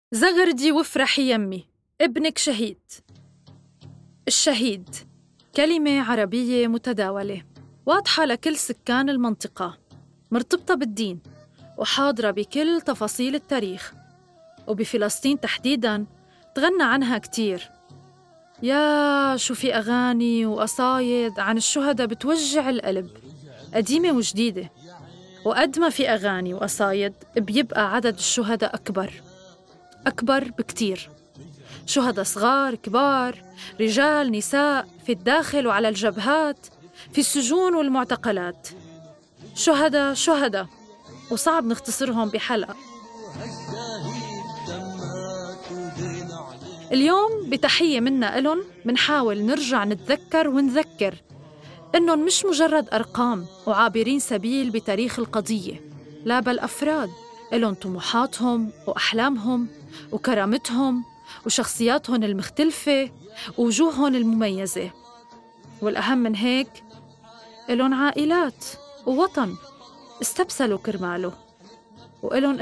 زغردي وافرحي يمي، ابنك شهيد. الشهيد كلمة عربية متداولة واضحة لكل سكان المنطقة، مرتبطة بالدين وحاضرة بكل تفاصيل التاريخ، وبفلسطين تحديداً تغنى عنها كتير. يا شو في أغاني وقصايد عن الشهداء بتوجع القلب، قديمة وجديدة. وقد ما في أغاني وقصايد بيبقى عدد الشهداء أكبر بكتير. شهداء صغار كبار، رجال نساء، في الداخل وعلى الجبهات، في السجون والمعتقلات. شهداء وصعب نختصرهم بحلقة. اليوم بتحية منا إلن منحاول نرجع نتذكر ونذكر إنهم مش مجرد أرقام وعابرين سبيل بتاريخ القضية، لا بل أفراد إلن طموحاتهم وأحلامهم وكرامتهم وشخصياتهم المختلفة ووجوههم المميزة. والأهم من هيك إلن عائلات ووطن استبسلوا كرماله، وإلن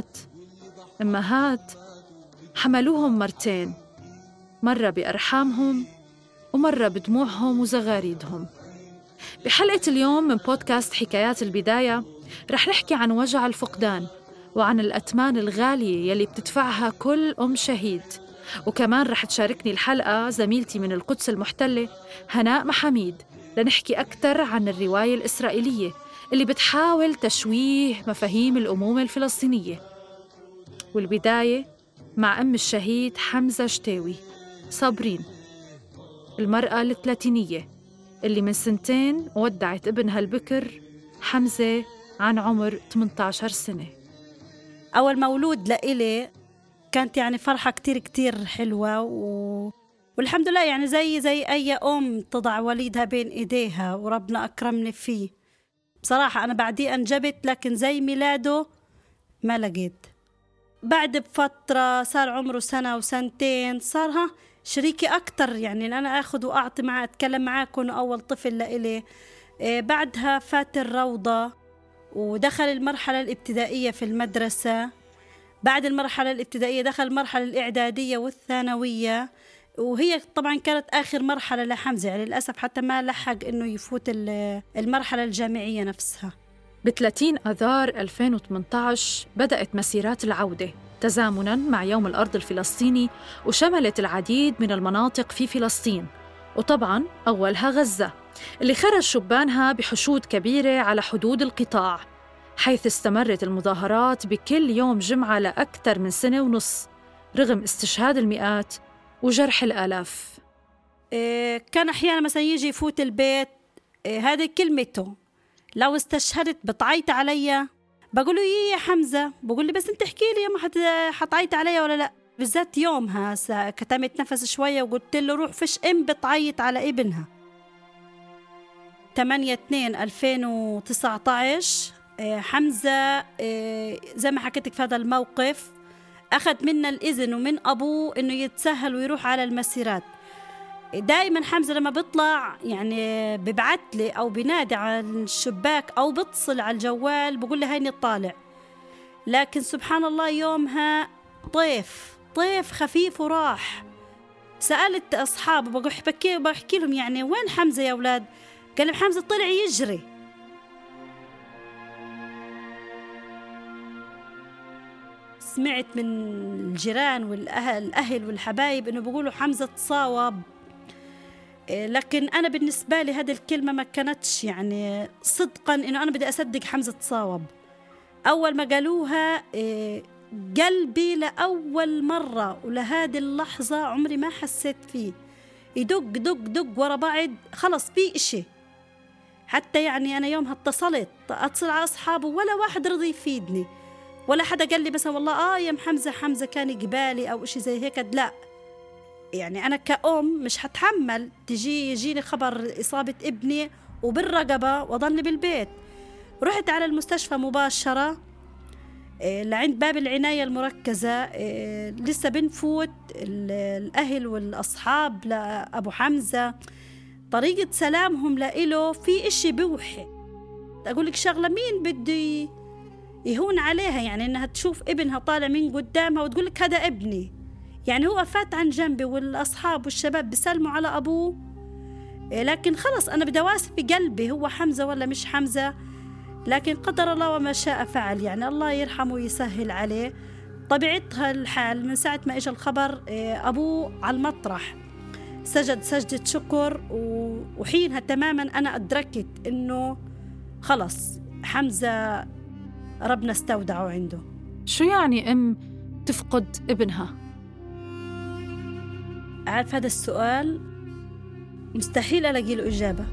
أمهات حملوهم مرتين، مرة بأرحامهم ومرة بدموعهم وزغاريدهم. بحلقة اليوم من بودكاست حكايات البداية رح نحكي عن وجع الفقدان وعن الأتمان الغالية يلي بتدفعها كل أم شهيد. وكمان رح تشاركني الحلقة زميلتي من القدس المحتلة هناء محاميد لنحكي أكثر عن الرواية الإسرائيلية اللي بتحاول تشويه مفاهيم الأمومة الفلسطينية. والبداية مع أم الشهيد حمزة شتاوي صابرين، المرأة الثلاثينية اللي من 2 ودعت ابنها البكر حمزة عن عمر 18 سنة. أول مولود لإلي كانت يعني فرحة كتير حلوة والحمد لله، يعني زي أي أم تضع وليدها بين إيديها، وربنا أكرمني فيه بصراحة. أنا بعديه أنجبت، لكن زي ميلاده ما لقيت. بعد بفترة صار عمره 1 و2 صار شريكي أكتر، يعني أنا أخذ وأعطي معه، أتكلم معاه، كونه أول طفل لإلي. بعدها فات الروضة ودخل المرحلة الابتدائية في المدرسة. بعد المرحلة الابتدائية دخل المرحلة الإعدادية والثانوية، وهي طبعا كانت آخر مرحلة لحمزة، يعني للأسف حتى ما لحق إنه يفوت المرحلة الجامعية نفسها. ب30 آذار 2018 بدأت مسيرات العودة تزامناً مع يوم الأرض الفلسطيني، وشملت العديد من المناطق في فلسطين، وطبعاً أولها غزة اللي خرج شبانها بحشود كبيرة على حدود القطاع، حيث استمرت المظاهرات بكل يوم جمعة لأكثر من 1.5 سنة رغم استشهاد المئات وجرح الآلاف. كان أحياناً مثلا يجي يفوت البيت، هذه كلمته، لو استشهدت بتعيط عليا، بقول له يا حمزة، بقول لي بس انت احكي لي يا ما حتعيط عليا ولا لا. بالذات يومها كتمت نفس شوية وقلت له روح، فيش ام بتعيط على ابنها. 8/2/2019 حمزة زي ما حكيتك في هذا الموقف أخذ منا الإذن ومن أبوه إنه يتسهل ويروح على المسيرات. دائما حمزة لما بيطلع يعني ببعتلي أو بنادي على الشباك أو بتصل على الجوال بقول لي هيني طالع. لكن سبحان الله يومها طيف خفيف وراح. سألت أصحابه بحكي لهم يعني وين حمزة يا أولاد؟ قال لي حمزة طلع يجري. سمعت من الجيران والأهل والحبايب إنه بيقولوا حمزة تصاوب، لكن أنا بالنسبة لي هذه الكلمة ما كانتش يعني صدقاً إنه أنا بدي أصدق حمزة تصاوب. أول ما قالوها قلبي لأول مرة ولهذه اللحظة عمري ما حسيت فيه يدق ورا بعض، خلص في إشي. حتى يعني أنا يومها أتصل على أصحابه، ولا واحد رضي يفيدني، ولا حدا قال لي مثلا والله يا حمزة كان قبالي أو إشي زي هيك. لا، يعني أنا كأم مش هتحمل يجيني خبر إصابة ابني وبالرقبة وضلني بالبيت. رحت على المستشفى مباشرة لعند باب العناية المركزة. لسه بنفوت الأهل والأصحاب لأبو حمزة، طريقة سلامهم لإله في إشي بوحي. أقول لك شغلة، مين بده يهون عليها يعني إنها تشوف ابنها طالع من قدامها وتقول لك هذا ابني. يعني هو فات عن جنبي والأصحاب والشباب بيسلموا على أبوه، لكن خلص أنا بدي أواسف بقلبي هو حمزة ولا مش حمزة. لكن قدر الله وما شاء فعل، يعني الله يرحمه ويسهل عليه. طبيعتها الحال من ساعة ما إجا الخبر أبوه على المطرح سجد سجدة شكر، وحينها تماما أنا أدركت إنه خلص حمزة ربنا استودعه عنده. شو يعني أم تفقد ابنها؟ عارف هذا السؤال مستحيل ألاقي له إجابة،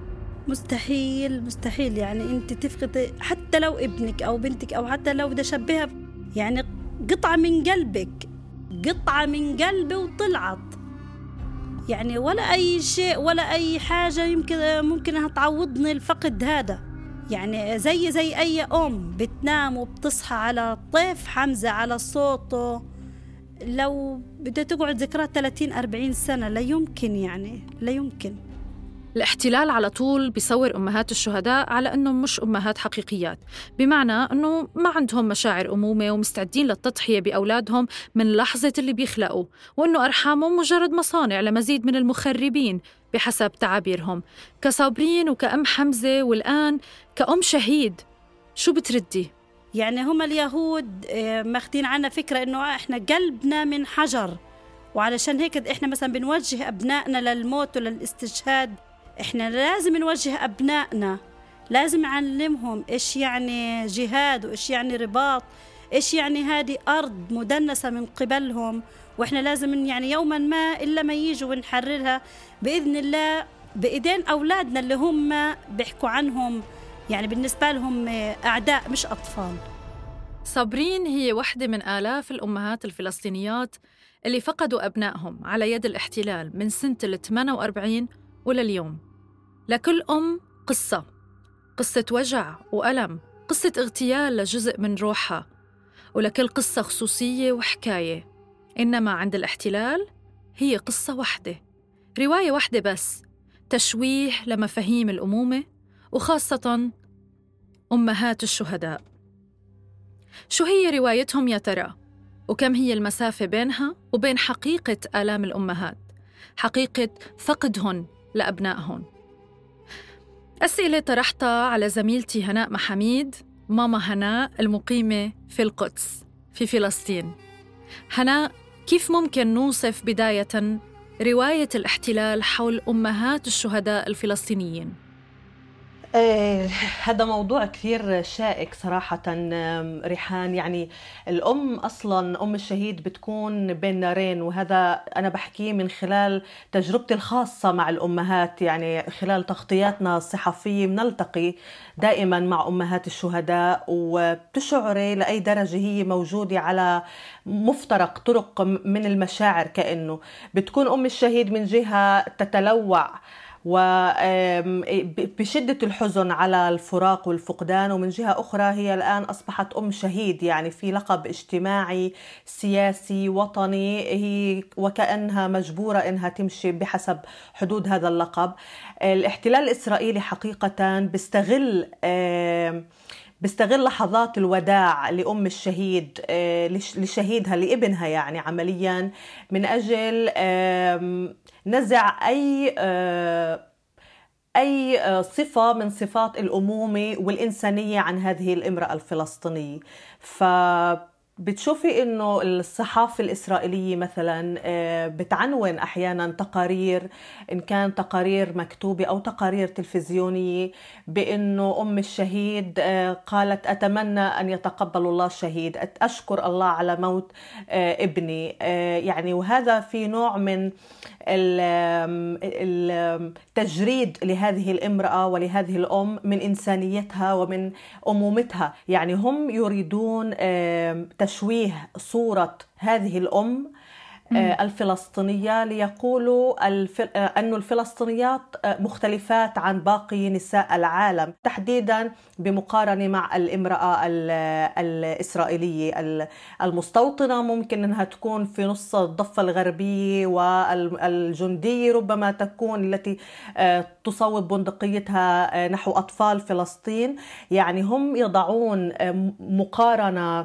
مستحيل مستحيل. يعني أنت تفقد حتى لو ابنك أو بنتك أو حتى لو بدي أشبهها، يعني قطعة من قلبك، قطعة من قلبي وطلعت، يعني ولا أي شيء ولا أي حاجة ممكن أنها تعوضني الفقد هذا. يعني زي أي أم بتنام وبتصحى على طيف حمزة، على صوته. لو بدها تقعد ذكريات 30-40 سنة لا يمكن، يعني لا يمكن. الاحتلال على طول بيصور أمهات الشهداء على أنهم مش أمهات حقيقيات، بمعنى أنه ما عندهم مشاعر أمومة ومستعدين للتضحية بأولادهم من لحظة اللي بيخلقوا، وأنه أرحامهم مجرد مصانع لمزيد من المخربين بحسب تعابيرهم. كصابرين وكأم حمزة والآن كأم شهيد، شو بتردي؟ يعني هم اليهود ماخدين عنا فكرة أنه إحنا قلبنا من حجر، وعلشان هيك إحنا مثلا بنوجه أبنائنا للموت وللاستشهاد. إحنا لازم نوجه أبنائنا، لازم نعلمهم إيش يعني جهاد وإيش يعني رباط، إيش يعني هذه أرض مدنسة من قبلهم، وإحنا لازم يعني يوما ما إلا ما ييجوا ونحررها بإذن الله بإيدين أولادنا اللي هم بيحكوا عنهم يعني بالنسبة لهم أعداء مش أطفال. صابرين هي واحدة من آلاف الأمهات الفلسطينيات اللي فقدوا أبنائهم على يد الاحتلال من سنة 48 ولليوم. لكل أم قصة وجع وألم، قصة اغتيال لجزء من روحها، ولكل قصة خصوصية وحكاية. إنما عند الاحتلال هي قصة واحدة، رواية واحدة بس، تشويه لمفاهيم الأمومة وخاصة أمهات الشهداء. شو هي روايتهم يا ترى؟ وكم هي المسافة بينها وبين حقيقة آلام الأمهات، حقيقة فقدهن لأبنائهن؟ أسئلة طرحتها على زميلتي هناء محميد، ماما هناء المقيمة في القدس في فلسطين. هناء، كيف ممكن نوصف بداية رواية الاحتلال حول أمهات الشهداء الفلسطينيين؟ هذا موضوع كثير شائك صراحة ريحان. يعني الأم أصلاً أم الشهيد بتكون بين نارين، وهذا أنا بحكيه من خلال تجربتي الخاصة مع الأمهات. يعني خلال تغطياتنا الصحفية بنلتقي دائماً مع أمهات الشهداء، وبتشعري لأي درجة هي موجودة على مفترق طرق من المشاعر. كأنه بتكون أم الشهيد من جهة تتلوع وبشدة الحزن على الفراق والفقدان، ومن جهة أخرى هي الآن أصبحت أم شهيد، يعني في لقب اجتماعي سياسي وطني، هي وكأنها مجبورة إنها تمشي بحسب حدود هذا اللقب. الاحتلال الإسرائيلي حقيقة بيستغل لحظات الوداع لأم الشهيد لشهيدها لابنها، يعني عمليا من أجل نزع أي صفة من صفات الأمومة والإنسانية عن هذه الامرأة الفلسطينية. بتشوفي إنه الصحافة الإسرائيلية مثلا بتعنون أحيانا تقارير، إن كان تقارير مكتوبة أو تقارير تلفزيونية، بإنه أم الشهيد قالت أتمنى أن يتقبل الله الشهيد، أشكر الله على موت ابني. يعني وهذا في نوع من التجريد لهذه الامرأة ولهذه الأم من إنسانيتها ومن أمومتها. يعني هم يريدون تشويه صورة هذه الأم الفلسطينية ليقولوا أن الفلسطينيات مختلفات عن باقي نساء العالم، تحديدا بمقارنة مع الامرأة الإسرائيلية المستوطنة. ممكن أنها تكون في نص الضفة الغربية، والجندية ربما تكون التي تصوب بندقيتها نحو أطفال فلسطين. يعني هم يضعون مقارنة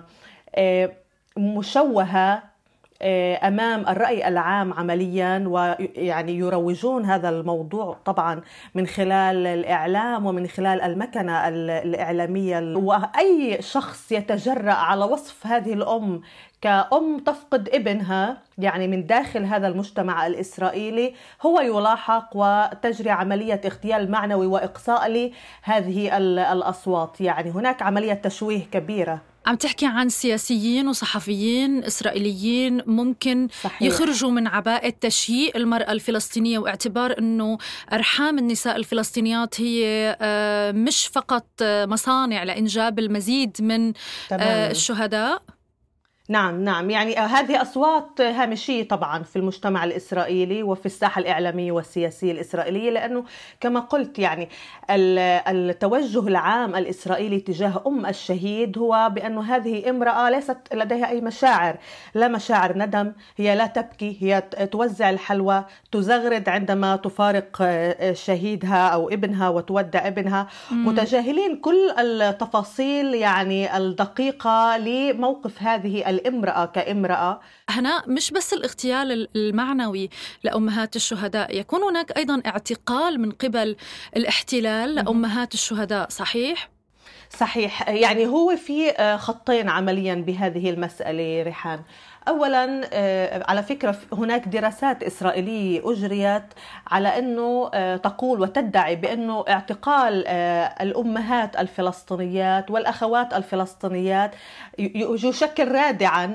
مشوهة أمام الرأي العام عمليا، ويعني يروجون هذا الموضوع طبعا من خلال الإعلام ومن خلال المكنة الإعلامية. وأي شخص يتجرأ على وصف هذه الأم كأم تفقد ابنها يعني من داخل هذا المجتمع الإسرائيلي هو يلاحق، وتجري عملية اغتيال معنوي وإقصاء لهذه الأصوات. يعني هناك عملية تشويه كبيرة. عم تحكي عن سياسيين وصحفيين إسرائيليين ممكن صحيح. يخرجوا من عباءة تشييء المرأة الفلسطينية، واعتبار أنه أرحام النساء الفلسطينيات هي مش فقط مصانع لإنجاب المزيد من الشهداء. نعم، يعني هذه أصوات هامشية طبعا في المجتمع الإسرائيلي وفي الساحة الإعلامية والسياسية الإسرائيلية، لأنه كما قلت يعني التوجه العام الإسرائيلي تجاه أم الشهيد هو بأنه هذه امرأة ليست لديها أي مشاعر، لا مشاعر ندم، هي لا تبكي، هي توزع الحلوى، تزغرد عندما تفارق شهيدها أو ابنها وتودع ابنها، متجاهلين كل التفاصيل يعني الدقيقة لموقف هذه الامرأة كامرأة. هناء، مش بس الاغتيال المعنوي لأمهات الشهداء، يكون هناك أيضا اعتقال من قبل الاحتلال لأمهات الشهداء، صحيح؟ صحيح، يعني هو في خطين عمليا بهذه المسألة ريحان. أولا على فكرة هناك دراسات إسرائيلية أجريت على أنه تقول وتدعي بأنه اعتقال الأمهات الفلسطينيات والأخوات الفلسطينيات يشكل رادعا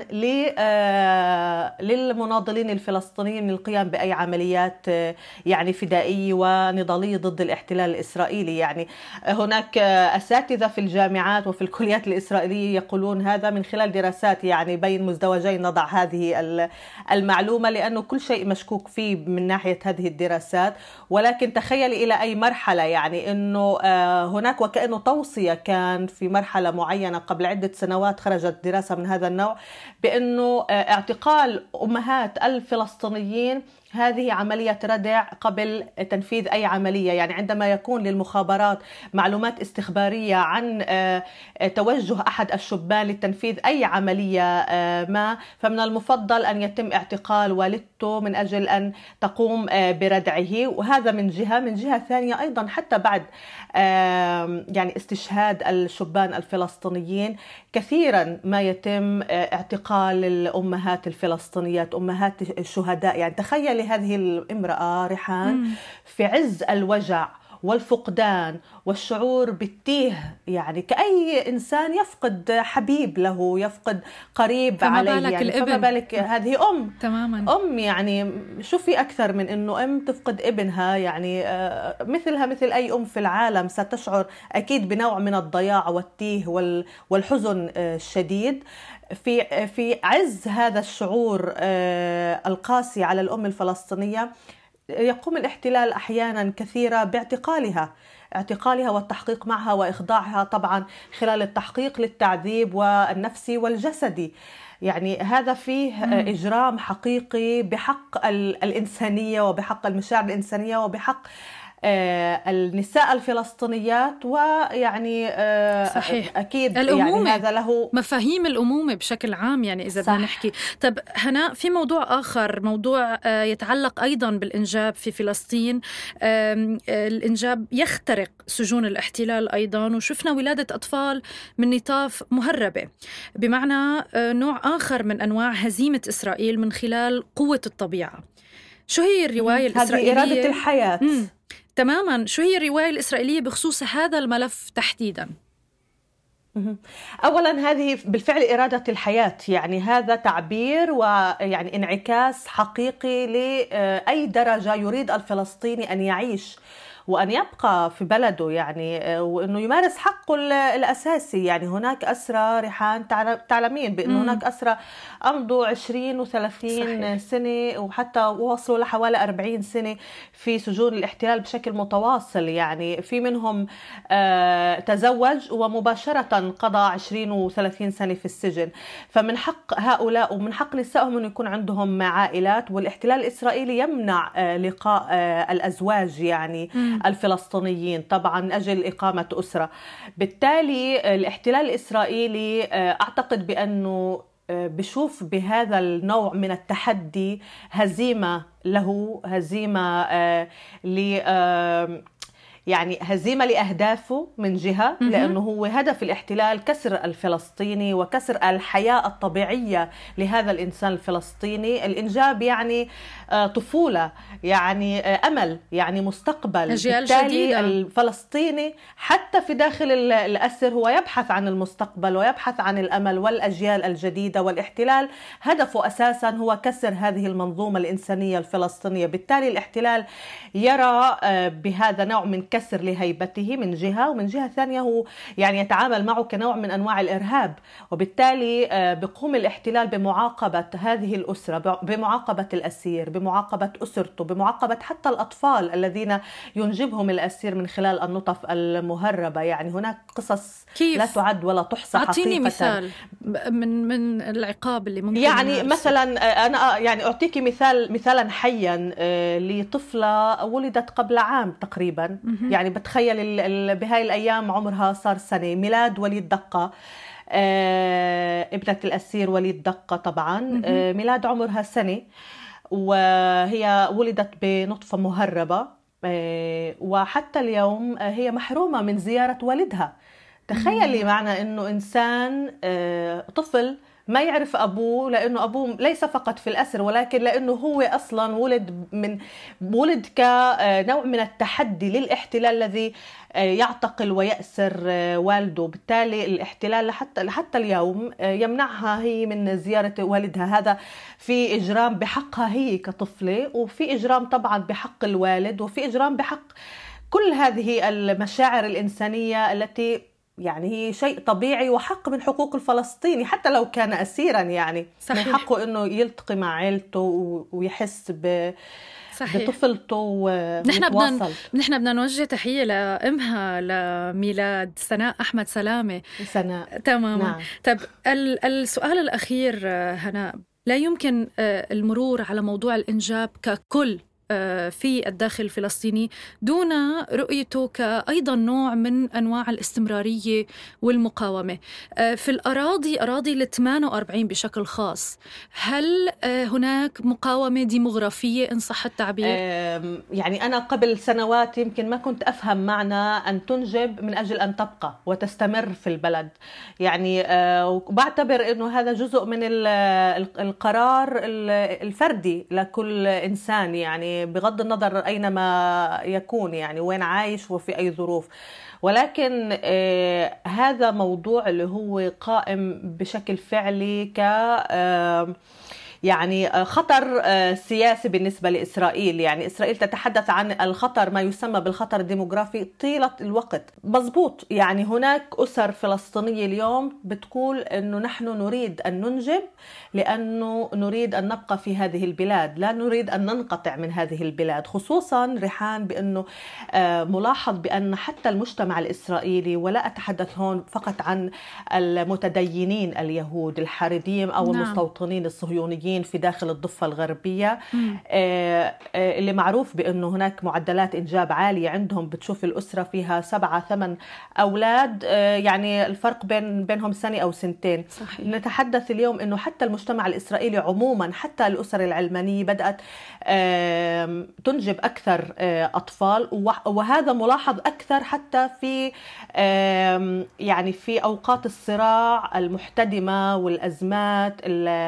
للمناضلين الفلسطينيين من القيام بأي عمليات يعني فدائية ونضالية ضد الاحتلال الإسرائيلي. يعني هناك أساتذة في الجامعات وفي الكليات الإسرائيلية يقولون هذا من خلال دراسات يعني بين مزدوجين نضع هذه المعلومة، لأنه كل شيء مشكوك فيه من ناحية هذه الدراسات. ولكن تخيلي إلى أي مرحلة، يعني أنه هناك وكأنه توصية كان في مرحلة معينة قبل عدة سنوات خرجت دراسة من هذا النوع بأنه اعتقال أمهات الفلسطينيين هذه عملية ردع قبل تنفيذ أي عملية. يعني عندما يكون للمخابرات معلومات استخبارية عن توجه أحد الشبان لتنفيذ أي عملية ما، فمن المفضل أن يتم اعتقال والدته من أجل أن تقوم بردعه. وهذا من جهة. من جهة ثانية أيضا حتى بعد يعني استشهاد الشبان الفلسطينيين كثيرا ما يتم اعتقال الأمهات الفلسطينيات، أمهات الشهداء. يعني تخيل هذه الامرأة ريحان في عز الوجع والفقدان والشعور بالتيه، يعني كأي إنسان يفقد حبيب له، يفقد قريب عليه، يعني فما بالك هذه أم تماما. أم يعني شو في أكثر من إنه أم تفقد ابنها؟ يعني مثلها مثل أي أم في العالم ستشعر أكيد بنوع من الضياع والتيه والحزن الشديد. في عز هذا الشعور القاسي على الأم الفلسطينية يقوم الاحتلال أحيانا كثيرة باعتقالها والتحقيق معها وإخضاعها طبعا خلال التحقيق للتعذيب والنفسي والجسدي. يعني هذا فيه إجرام حقيقي بحق الإنسانية وبحق المشاعر الإنسانية وبحق النساء الفلسطينيات. ويعني صحيح أكيد يعني هذا له مفاهيم الأمومة بشكل عام، يعني إذا بدنا نحكي. طب هناء، في موضوع آخر، موضوع يتعلق أيضا بالإنجاب في فلسطين. الإنجاب يخترق سجون الاحتلال أيضا، وشفنا ولادة أطفال من نطاف مهربة، بمعنى نوع آخر من أنواع هزيمة إسرائيل من خلال قوة الطبيعة. شو هي الرواية الإسرائيلية؟ هذه إرادة الحياة. تماما. شو هي الرواية الإسرائيلية بخصوص هذا الملف تحديدا؟ أولا هذه بالفعل إرادة الحياة، يعني هذا تعبير ويعني انعكاس حقيقي لأي درجة يريد الفلسطيني أن يعيش وأن يبقى في بلده يعني، وأنه يمارس حقه الأساسي. يعني هناك أسرى ريحان تعلمين بأنه هناك أسرى أمضوا 20 و30 سنة وحتى وصلوا لحوالي 40 سنة في سجون الاحتلال بشكل متواصل. يعني في منهم تزوج ومباشرة قضى 20 و30 سنة في السجن. فمن حق هؤلاء ومن حق نسائهم أن يكون عندهم عائلات، والاحتلال الإسرائيلي يمنع لقاء الأزواج يعني الفلسطينيين طبعا من أجل إقامة أسرة. بالتالي الاحتلال الإسرائيلي أعتقد بأنه بشوف بهذا النوع من التحدي هزيمة له، هزيمة يعني هزيمة لأهدافه من جهة، لأنه هو هدف الاحتلال كسر الفلسطيني وكسر الحياة الطبيعية لهذا الإنسان الفلسطيني. الإنجاب يعني طفولة، يعني أمل، يعني مستقبل. بالتالي الفلسطيني حتى في داخل الأسر هو يبحث عن المستقبل ويبحث عن الأمل والأجيال الجديدة، والاحتلال هدفه أساسا هو كسر هذه المنظومة الإنسانية الفلسطينية. بالتالي الاحتلال يرى بهذا نوع من كسر لهيبته من جهة، ومن جهة ثانية هو يعني يتعامل معه كنوع من أنواع الإرهاب. وبالتالي بقوم الاحتلال بمعاقبة هذه الأسرة، بمعاقبة الأسير، بمعاقبة أسرته، بمعاقبة حتى الأطفال الذين ينجبهم الأسير من خلال النطف المهربة. يعني هناك قصص لا تعد ولا تحصى. أعطيني مثال من العقاب اللي ممكن يعني مثلا أنا يعني أعطيك مثالا حيا لطفلة ولدت قبل عام تقريبا. يعني بتخيل بهاي الأيام عمرها صار سنة، ميلاد وليد دقة، ابنة الأسير وليد دقة طبعا. ميلاد عمرها سنة، وهي ولدت بنطفة مهربة، وحتى اليوم هي محرومة من زيارة والدها. تخيلي معنى أنه إنسان طفل ما يعرف أبوه، لأنه أبوه ليس فقط في الأسر ولكن لأنه هو أصلا ولد كنوع من التحدي للاحتلال الذي يعتقل ويأسر والده. بالتالي الاحتلال حتى اليوم يمنعها هي من زيارة والدها. هذا في إجرام بحقها هي كطفلة، وفي إجرام طبعا بحق الوالد، وفي إجرام بحق كل هذه المشاعر الإنسانية التي يعني هي شيء طبيعي وحق من حقوق الفلسطيني حتى لو كان أسيرا. يعني صحيح. من حقه أنه يلتقي مع عائلته ويحس بطفلته ويتواصل. نحن بدنا نوجه تحية لأمها لميلاد، سناء أحمد سلامة. سناء تماما. نعم. طب السؤال الأخير هناء، لا يمكن المرور على موضوع الإنجاب ككل في الداخل الفلسطيني دون رؤيته كأيضا نوع من أنواع الاستمرارية والمقاومة. في أراضي 48 بشكل خاص، هل هناك مقاومة ديموغرافية إن صح التعبير؟ يعني أنا قبل سنوات يمكن ما كنت أفهم معنى أن تنجب من أجل أن تبقى وتستمر في البلد. يعني بعتبر أنه هذا جزء من القرار الفردي لكل إنسان، يعني بغض النظر أينما يكون، يعني وين عايش وفي أي ظروف. ولكن هذا موضوع اللي هو قائم بشكل فعلي يعني خطر سياسي بالنسبة لإسرائيل. يعني إسرائيل تتحدث عن الخطر ما يسمى بالخطر الديموغرافي طيلة الوقت. مزبوط، يعني هناك أسر فلسطينية اليوم بتقول أنه نحن نريد أن ننجب لأنه نريد أن نبقى في هذه البلاد، لا نريد أن ننقطع من هذه البلاد. خصوصا ريحان بأنه ملاحظ بأن حتى المجتمع الإسرائيلي، ولا أتحدث هون فقط عن المتدينين اليهود الحريديم أو المستوطنين الصهيونيين في داخل الضفة الغربية، اللي معروف بأنه هناك معدلات إنجاب عالية عندهم. بتشوف الأسرة فيها 7-8 أولاد، يعني الفرق بينهم سنة أو سنتين. صحيح. نتحدث اليوم أنه حتى المجتمع الإسرائيلي عموما، حتى الأسر العلمانية بدأت تنجب أكثر أطفال، وهذا ملاحظ أكثر حتى في يعني في أوقات الصراع المحتدمة والأزمات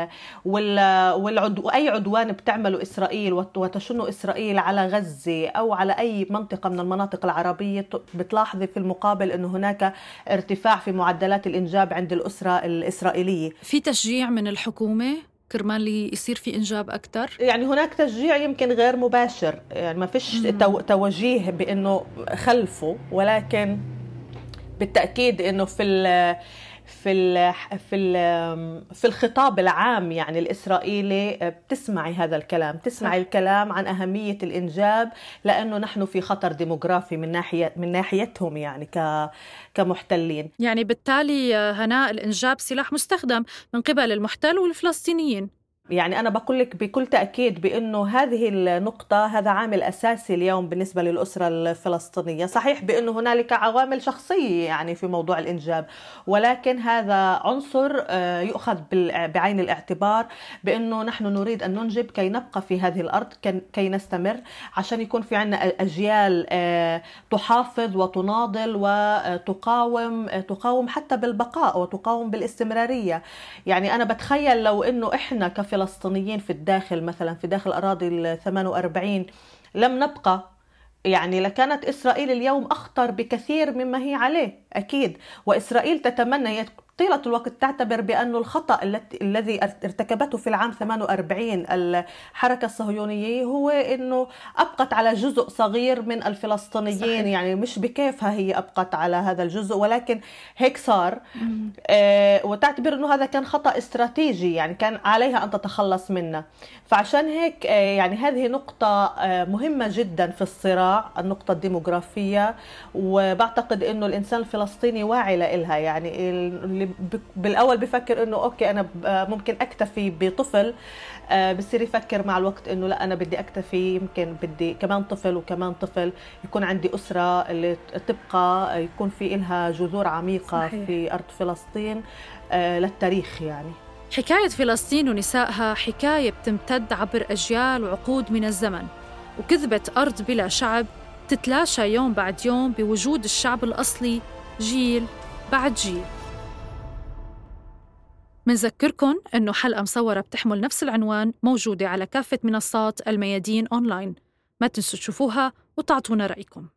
وأي عدوان بتعمله إسرائيل وتشن إسرائيل على غزة أو على أي منطقة من المناطق العربية، بتلاحظي في المقابل أنه هناك ارتفاع في معدلات الإنجاب عند الأسرة الإسرائيلية. في تشجيع من الحكومة كرمال يصير في إنجاب أكتر؟ يعني هناك تشجيع يمكن غير مباشر، يعني ما فيش توجيه بأنه خلفوا، ولكن بالتأكيد أنه في الخطاب العام يعني الإسرائيلي بتسمعي هذا الكلام، تسمعي الكلام عن أهمية الإنجاب، لأنه نحن في خطر ديموغرافي من ناحيتهم يعني كمحتلين. يعني بالتالي هناء الإنجاب سلاح مستخدم من قبل المحتل والفلسطينيين. يعني أنا بقول لك بكل تأكيد بأنه هذه النقطة هذا عامل أساسي اليوم بالنسبة للأسرة الفلسطينية. صحيح بأنه هنالك عوامل شخصية يعني في موضوع الإنجاب، ولكن هذا عنصر يؤخذ بعين الاعتبار، بأنه نحن نريد أن ننجب كي نبقى في هذه الأرض، كي نستمر، عشان يكون في عنا أجيال تحافظ وتناضل وتقاوم حتى بالبقاء وتقاوم بالاستمرارية. يعني أنا بتخيل لو أنه إحنا فلسطينيين في الداخل، مثلا في داخل أراضي 48 لم نبقى، يعني لكانت إسرائيل اليوم أخطر بكثير مما هي عليه أكيد. وإسرائيل تتمنى طيلة الوقت تعتبر بأن الخطأ الذي ارتكبته في العام 48 الحركة الصهيونية هو أنه أبقت على جزء صغير من الفلسطينيين. صحيح. يعني مش بكيفها هي أبقت على هذا الجزء، ولكن هيك صار. وتعتبر أنه هذا كان خطأ استراتيجي، يعني كان عليها أن تتخلص منه. فعشان هيك يعني هذه نقطة مهمة جدا في الصراع، النقطة الديموغرافية. وبعتقد أنه الإنسان الفلسطيني واعي لها، يعني اللي بالأول بفكر أنه أوكي أنا ممكن أكتفي بطفل، بصير يفكر مع الوقت أنه لا، أنا بدي أكتفي، يمكن بدي كمان طفل وكمان طفل، يكون عندي أسرة اللي تبقى يكون في إلها جذور عميقة. صحيح. في أرض فلسطين للتاريخ. يعني حكاية فلسطين ونسائها حكاية بتمتد عبر أجيال وعقود من الزمن، وكذبة أرض بلا شعب تتلاشى يوم بعد يوم بوجود الشعب الأصلي جيل بعد جيل. منذكركن أنه حلقة مصورة بتحمل نفس العنوان موجودة على كافة منصات الميادين أونلاين، ما تنسوا تشوفوها وتعطونا رأيكم.